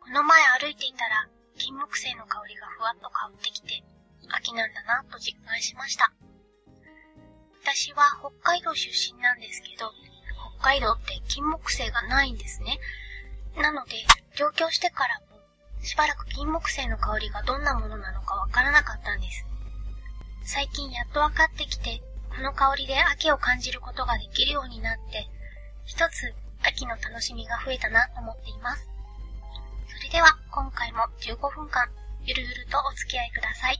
この前歩いていたら、金木犀の香りがふわっと香ってきて、秋なんだなと実感しました。私は北海道出身なんですけど、北海道って金木犀がないんですね。なので、上京してからも、しばらく金木犀の香りがどんなものなのかわからなかったんです。最近やっとわかってきて、この香りで秋を感じることができるようになって、一つ秋の楽しみが増えたなと思っています。それでは今回も15分間ゆるゆるとお付き合いください。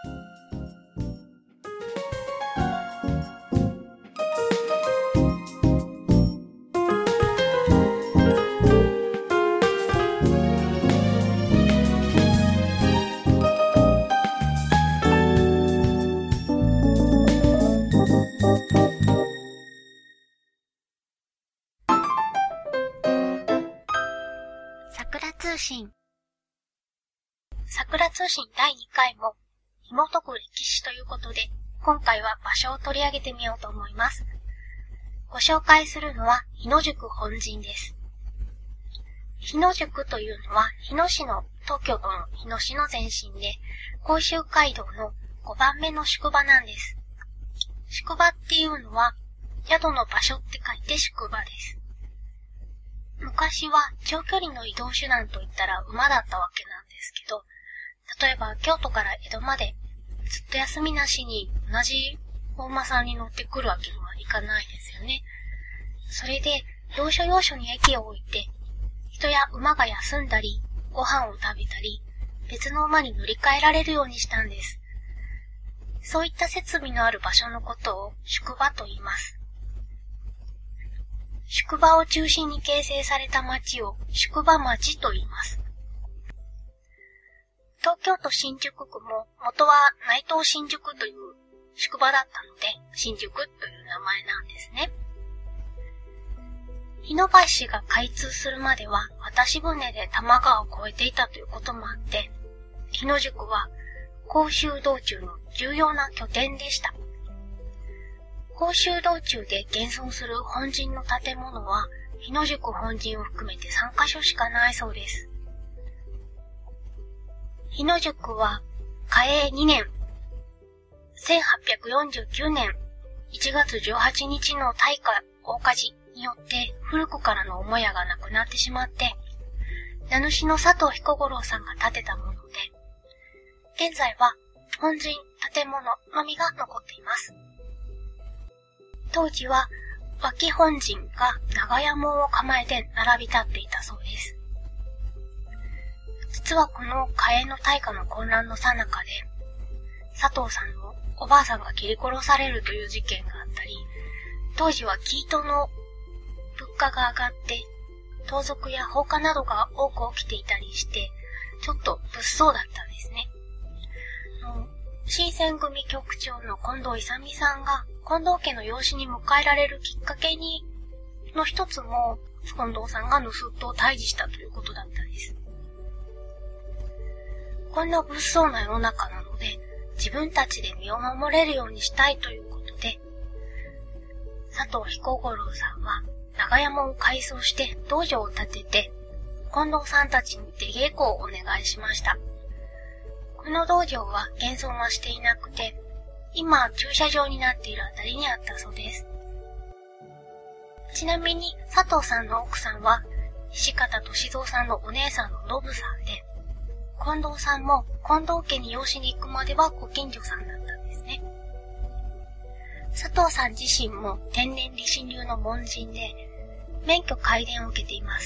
桜通信第2回も紐解く歴史ということで、今回は場所を取り上げてみようと思います。ご紹介するのは日野宿本陣です。日野宿というのは東京都の日野市の前身で、甲州街道の5番目の宿場なんです。宿場っていうのは宿の場所って書いて宿場です。昔は長距離の移動手段といったら馬だったわけなんですけど、例えば京都から江戸までずっと休みなしに同じお馬さんに乗ってくるわけにはいかないですよね。それで要所要所に駅を置いて、人や馬が休んだり、ご飯を食べたり、別の馬に乗り換えられるようにしたんです。そういった設備のある場所のことを宿場と言います。宿場を中心に形成された町を宿場町と言います。東京都新宿区も元は内藤新宿という宿場だったので、新宿という名前なんですね。日野橋が開通するまでは渡し船で多摩川を越えていたということもあって、日野宿は甲州道中の重要な拠点でした。甲州道中で現存する本陣の建物は、日野宿本陣を含めて3カ所しかないそうです。日野宿は、嘉永2年、1849年1月18日の大火事によって古くからの母屋がなくなってしまって、名主の佐藤彦五郎さんが建てたもので、現在は本陣建物のみが残っています。当時は脇本陣が長屋門を構えて並び立っていたそうです。実はこの嘉永の大火の混乱の最中で、佐藤さんのおばあさんが切り殺されるという事件があったり、当時は生糸の物価が上がって、盗賊や放火などが多く起きていたりして、ちょっと物騒だったんですね。新選組局長の近藤勇さんが近藤家の養子に迎えられるきっかけの一つも、近藤さんが盗人を退治したということだったんです。こんな物騒な世の中なので、自分たちで身を守れるようにしたいということで、佐藤彦五郎さんは長屋門を改装して道場を建てて、近藤さんたちに出稽古をお願いしました。この道場は現存はしていなくて、今駐車場になっているあたりにあったそうです。ちなみに佐藤さんの奥さんは土方歳三さんのお姉さんの信さんで、近藤さんも近藤家に養子に行くまではご近所さんだったんですね。佐藤さん自身も天然理心流の門人で、免許皆伝を受けています。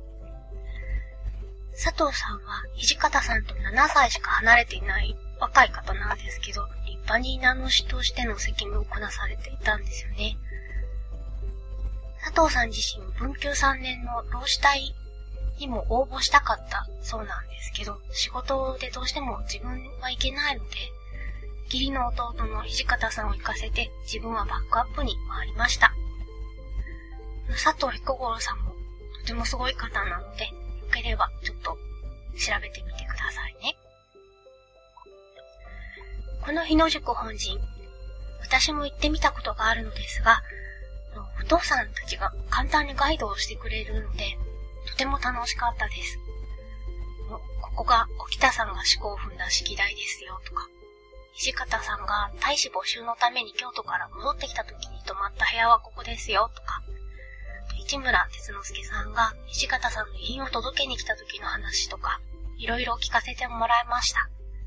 佐藤さんは土方さんと7歳しか離れていない若い方なんですけど、立派に名主としての責務をこなされていたんですよね。佐藤さん自身、文久3年の老子隊にも応募したかったそうなんですけど、仕事でどうしても自分は行けないので、義理の弟の土方さんを行かせて自分はバックアップに回りました。佐藤彦五郎さんもとてもすごい方なので、よければちょっと調べてみてくださいね。この日野宿本陣、私も行ってみたことがあるのですが、お父さんたちが簡単にガイドをしてくれるので、とても楽しかったです。 ここが沖田さんが四股を踏んだ式台ですよとか、土方さんが大使募集のために京都から戻ってきた時に泊まった部屋はここですよとか、市村哲之助さんが土方さんの遺品を届けに来た時の話とか、いろいろ聞かせてもらいました。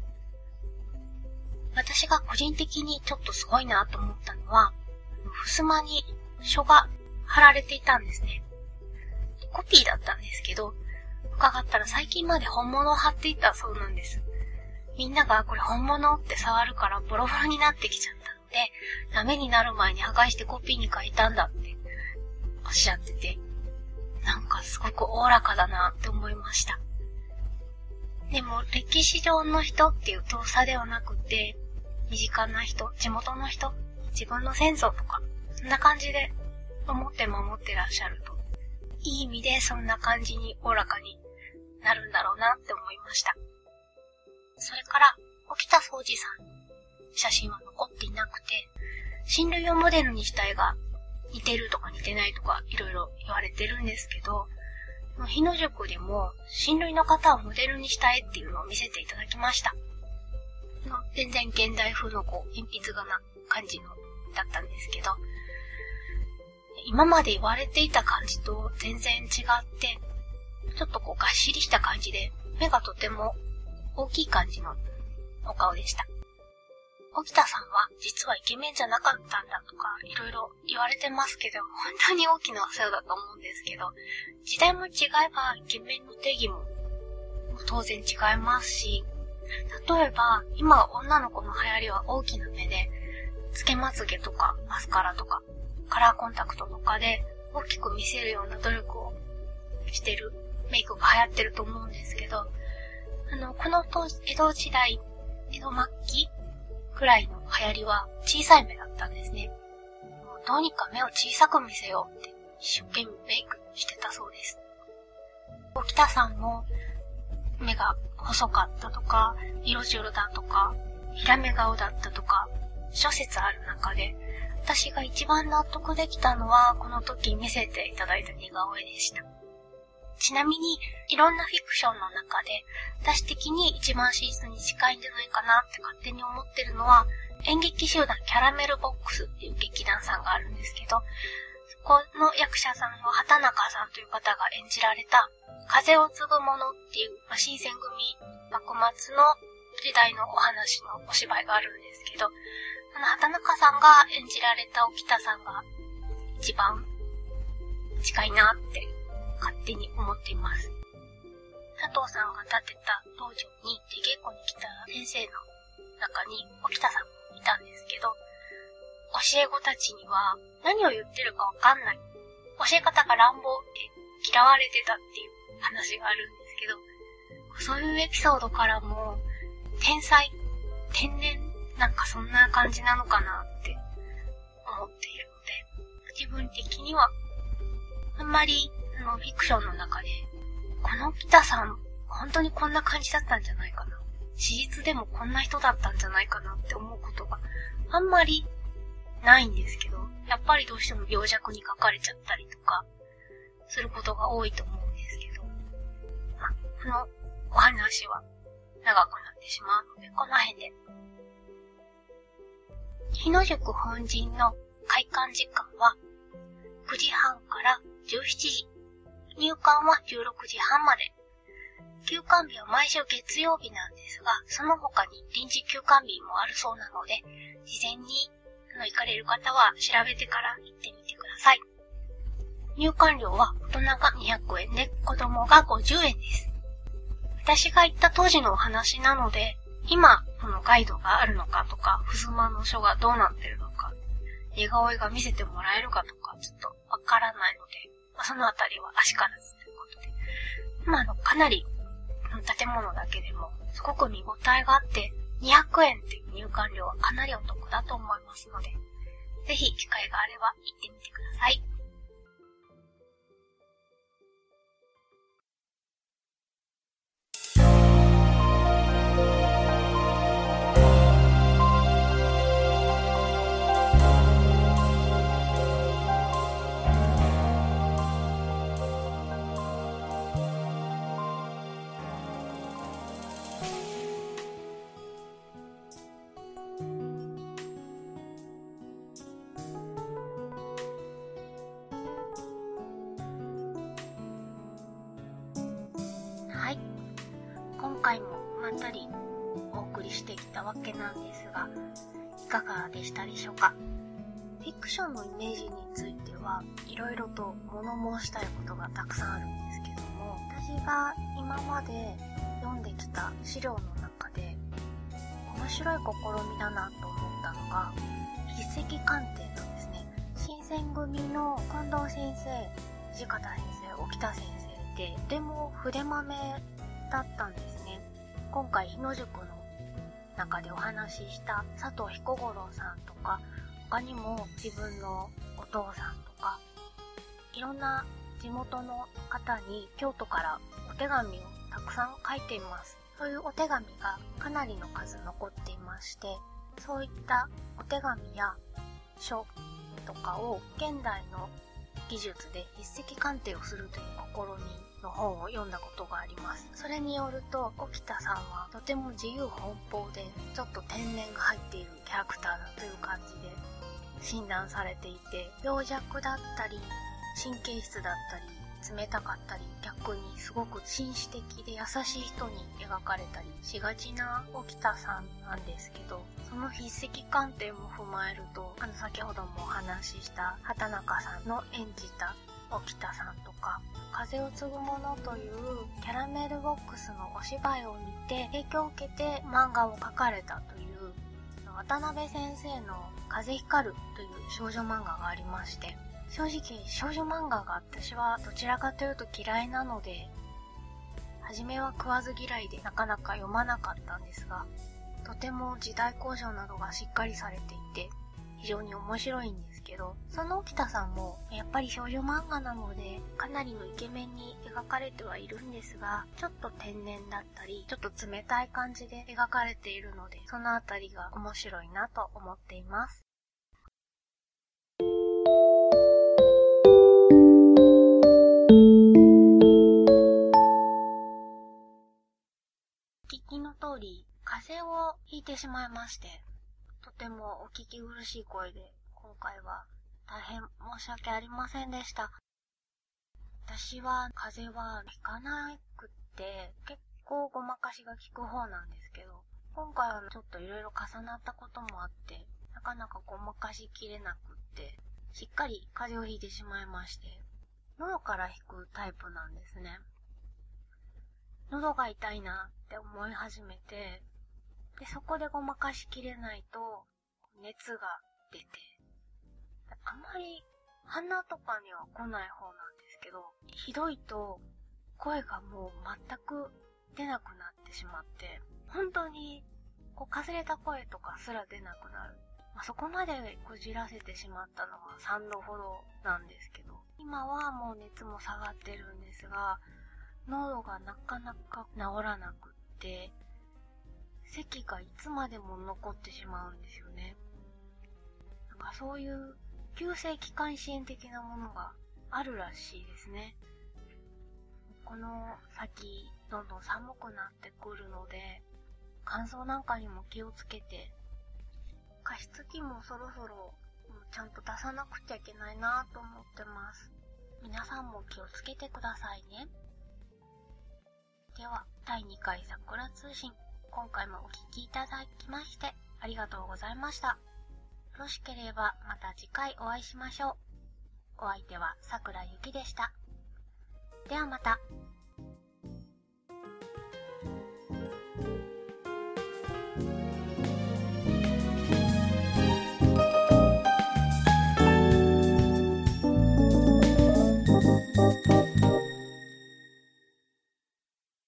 私が個人的にちょっとすごいなと思ったのは、襖に書が貼られていたんですね。コピーだったんですけど、伺ったら最近まで本物を貼っていたそうなんです。みんながこれ本物って触るからボロボロになってきちゃったので、ダメになる前に剥がしてコピーに書いたんだっておっしゃってて、なんかすごくおおらかだなって思いました。でも歴史上の人っていう遠さではなくて、身近な人、地元の人、自分の先祖とか、そんな感じで思って守ってらっしゃると、いい意味でそんな感じにおおらかになるんだろうなって思いました。それから、沖田総司さんの写真は残っていなくて、親類をモデルにした絵が似てるとか似てないとかいろいろ言われてるんですけど、日野宿でも親類の方をモデルにした絵っていうのを見せていただきました。全然現代風の鉛筆画な感じのだったんですけど、今まで言われていた感じと全然違って、ちょっとがっしりした感じで、目がとても大きい感じのお顔でした。沖田さんは実はイケメンじゃなかったんだとかいろいろ言われてますけど、本当に大きなお世話だと思うんですけど、時代も違えばイケメンの定義も当然違いますし、例えば今女の子の流行りは大きな目で、つけまつげとかマスカラとかカラーコンタクトとかで大きく見せるような努力をしてるメイクが流行ってると思うんですけど、この当時、江戸時代、江戸末期くらいの流行りは小さい目だったんですね。どうにか目を小さく見せようって一生懸命メイクしてたそうです。沖田さんも目が細かったとか、色白だとか、平目顔だったとか、諸説ある中で、私が一番納得できたのは、この時見せていただいた似顔絵でした。ちなみに、いろんなフィクションの中で、私的に一番史実に近いんじゃないかなって勝手に思ってるのは、演劇集団キャラメルボックスっていう劇団さんがあるんですけど、そこの役者さんの畑中さんという方が演じられた、風を継ぐ者っていう、新選組幕末の時代のお話のお芝居があるんですけど、畑中さんが演じられた沖田さんが一番近いなって勝手に思っています。佐藤さんが建てた道場に出稽古に来た先生の中に沖田さんもいたんですけど、教え子たちには何を言ってるかわかんない。教え方が乱暴って嫌われてたっていう話があるんですけど、そういうエピソードからも天才、天然なんかそんな感じなのかなって思っているので、自分的にはあんまりフィクションの中でこの沖田さん本当にこんな感じだったんじゃないかな、史実でもこんな人だったんじゃないかなって思うことがあんまりないんですけど、やっぱりどうしても病弱に書かれちゃったりとかすることが多いと思うんですけど、このお話は長くなってしまうので、この辺で。日野宿本陣の開館時間は9時半から17時。入館は16時半まで。休館日は毎週月曜日なんですが、その他に臨時休館日もあるそうなので、事前に行かれる方は調べてから行ってみてください。入館料は大人が200円で子供が50円です。私が行った当時のお話なので、今このガイドがあるのかとか、襖の書がどうなってるのか、似顔絵が見せてもらえるかとかちょっとわからないので、そのあたりは足からずということで。かなり建物だけでもすごく見応えがあって、200円っていう入館料はかなりお得だと思いますので、ぜひ機会があれば行ってみてください。 回もまったりお送りしてきたわけなんですが、いかがでしたでしょうか。フィクションのイメージについてはいろいろと物申したいことがたくさんあるんですけども、私が今まで読んできた資料の中で面白い試みだなと思ったのが筆跡鑑定なんですね。新選組の近藤先生、土方先生、沖田先生でとても筆まめだったんですね。今回日野塾の中でお話しした佐藤彦五郎さんとか、他にも自分のお父さんとか、いろんな地元の方に京都からお手紙をたくさん書いています。そういうお手紙がかなりの数残っていまして、そういったお手紙や書とかを現代の技術で筆跡鑑定をするという試みの本を読んだことがあります。それによると、沖田さんはとても自由奔放でちょっと天然が入っているキャラクターだという感じで診断されていて、病弱だったり神経質だったり冷たかったり、逆にすごく紳士的で優しい人に描かれたりしがちな沖田さんなんですけど、その筆跡鑑定も踏まえると、先ほどもお話しした畑中さんの演じた沖田さんとか、風を継ぐものというキャラメルボックスのお芝居を見て影響を受けて漫画を描かれたという渡辺先生の風光るという少女漫画がありまして、正直少女漫画が私はどちらかというと嫌いなので、初めは食わず嫌いでなかなか読まなかったんですが、とても時代考証などがしっかりされていて非常に面白いんですけど、その沖田さんもやっぱり少女漫画なのでかなりのイケメンに描かれてはいるんですが、ちょっと天然だったりちょっと冷たい感じで描かれているので、そのあたりが面白いなと思っています。お聞きの通り、風邪をひいてしまいまして、とてもお聞き苦しい声で今回は大変申し訳ありませんでした。私は風邪はひかなくって結構ごまかしが効く方なんですけど、今回はちょっといろいろ重なったこともあってなかなかごまかしきれなくってしっかり風邪をひいてしまいまして、喉からひくタイプなんですね。喉が痛いなって思い始めて、でそこでごまかしきれないと熱が出て、あんまり鼻とかには来ない方なんですけど、ひどいと声がもう全く出なくなってしまって、本当にかすれた声とかすら出なくなる。そこまでこじらせてしまったのは3度ほどなんですけど、今はもう熱も下がってるんですが、喉がなかなか治らなくって、咳がいつまでも残ってしまうんですよね。そういう急性気管支炎的なものがあるらしいですね。この先どんどん寒くなってくるので、乾燥なんかにも気をつけて、加湿器もそろそろちゃんと出さなくちゃいけないなと思ってます。皆さんも気をつけてくださいね。では、第2回桜通信、今回もお聞きいただきましてありがとうございました。よろしければまた次回お会いしましょう。お相手はさくらゆきでした。ではまた。